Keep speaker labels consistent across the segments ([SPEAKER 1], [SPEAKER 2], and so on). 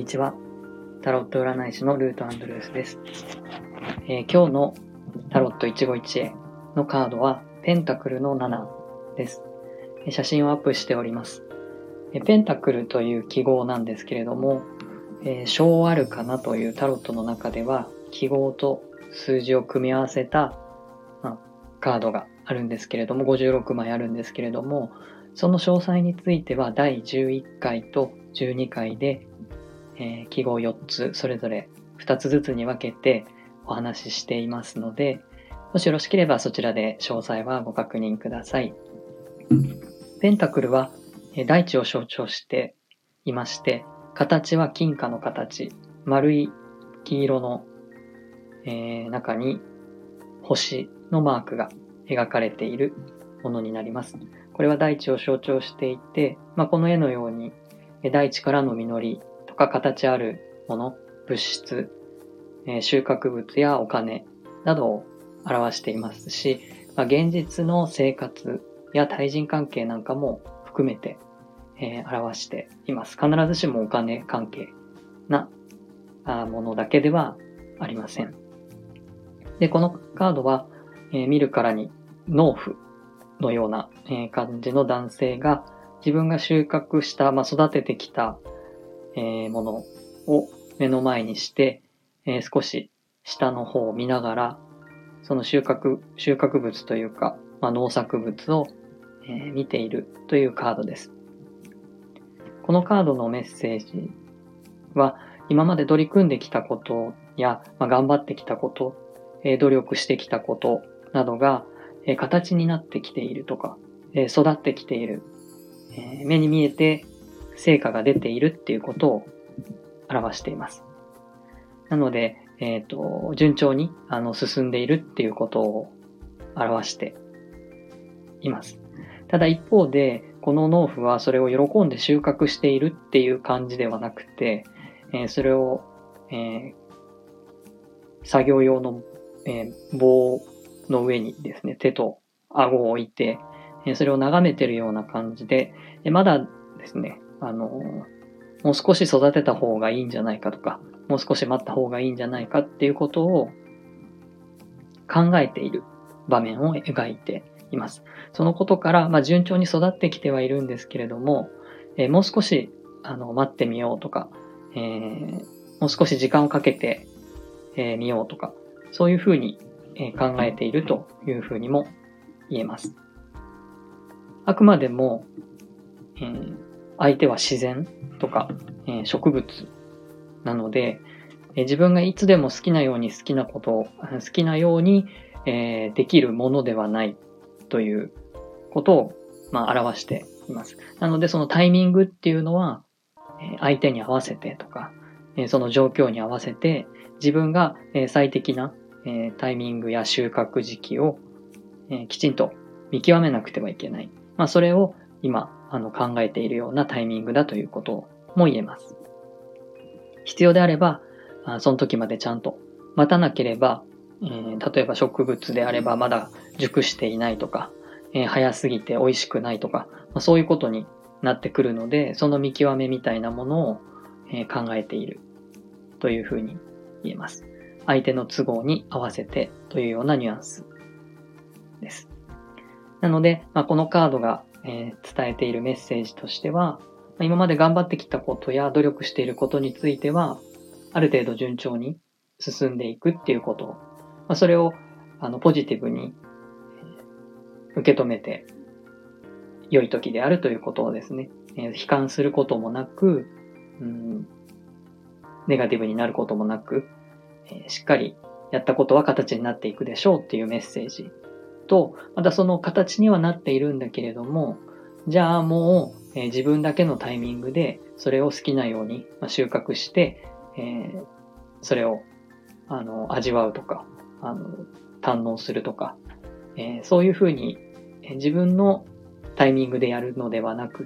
[SPEAKER 1] にちは。タロット占い師のルート・アンドルースです。今日のタロット一期一会のカードはペンタクルの7です。写真をアップしております。ペンタクルという記号なんですけれども、小アルカナというタロットの中では記号と数字を組み合わせた、カードがあるんですけれども、56枚あるんですけれども、その詳細については第11回と12回で、記号4つそれぞれ2つずつに分けてお話ししていますので、もしよろしければそちらで詳細はご確認ください。ペンタクルは大地を象徴していまして、形は金貨の形、丸い黄色の、中に星のマークが描かれているものになります。これは大地を象徴していて、この絵のように大地からの実りとか形あるもの、物質、収穫物やお金などを表していますし、現実の生活や対人関係なんかも含めて、表しています。必ずしもお金関係なものだけではありません。で、このカードは、見るからに農夫のような感じの男性が自分が収穫した、育ててきたものを目の前にして、少し下の方を見ながら、その収穫物というか、農作物を、見ているというカードです。このカードのメッセージは、今まで取り組んできたことや、頑張ってきたこと、努力してきたことなどが、形になってきているとか、育ってきている、目に見えて成果が出ているっていうことを表しています。なので、順調に進んでいるっていうことを表しています。ただ一方で、この農夫はそれを喜んで収穫しているっていう感じではなくて、それを、作業用の、棒の上にですね、手と顎を置いて、それを眺めているような感じで、まだですね、もう少し育てた方がいいんじゃないかとか、もう少し待った方がいいんじゃないかっていうことを考えている場面を描いています。そのことから、順調に育ってきてはいるんですけれども、もう少し待ってみようとか、もう少し時間をかけてみようとか、そういうふうに考えているというふうにも言えます。あくまでも、相手は自然とか、植物なので、自分がいつでも好きなように好きなことを好きなように、できるものではないということを、表しています。なのでそのタイミングっていうのは、相手に合わせてとか、その状況に合わせて自分が最適なタイミングや収穫時期をきちんと見極めなくてはいけない。それを今考えているようなタイミングだということも言えます。必要であれば、その時までちゃんと待たなければ、例えば植物であればまだ熟していないとか、早すぎて美味しくないとか、そういうことになってくるので、その見極めみたいなものを、考えているというふうに言えます。相手の都合に合わせてというようなニュアンスです。なので、このカードが、伝えているメッセージとしては、今まで頑張ってきたことや努力していることについては、ある程度順調に進んでいくっていうこと、それをポジティブに受け止めて良い時であるということをですね、悲観することもなく、ネガティブになることもなく、しっかりやったことは形になっていくでしょうっていうメッセージと、またその形にはなっているんだけれども、じゃあもう、自分だけのタイミングでそれを好きなように、収穫して、それを味わうとか堪能するとか、そういうふうに自分のタイミングでやるのではなくって、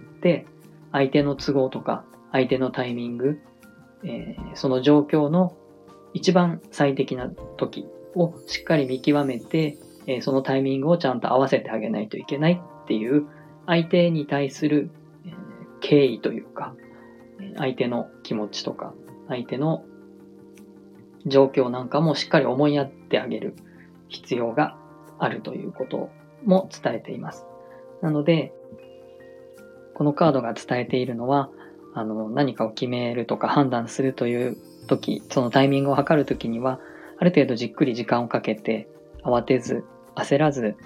[SPEAKER 1] 相手の都合とか相手のタイミング、その状況の一番最適な時をしっかり見極めて、そのタイミングをちゃんと合わせてあげないといけないっていう相手に対する敬意というか、相手の気持ちとか相手の状況なんかもしっかり思いやってあげる必要があるということも伝えています。なので、このカードが伝えているのは、何かを決めるとか判断するという時、そのタイミングを測る時には、ある程度じっくり時間をかけて、慌てず、焦らず、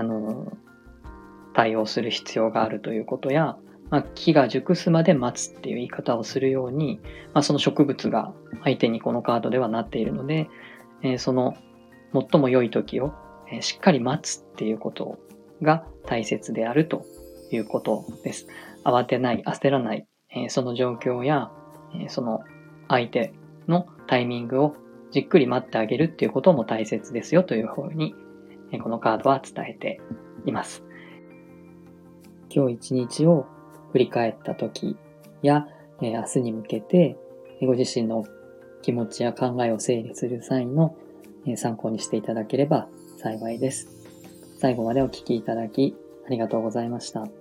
[SPEAKER 1] 対応する必要があるということや、木が熟すまで待つっていう言い方をするように、その植物が相手にこのカードではなっているので、その最も良い時をしっかり待つっていうことが大切であるということです。慌てない、焦らない、その状況や、その相手のタイミングをじっくり待ってあげるっていうことも大切ですよというふうに、このカードは伝えています。今日一日を振り返った時や、明日に向けてご自身の気持ちや考えを整理する際の参考にしていただければ幸いです。最後までお聞きいただきありがとうございました。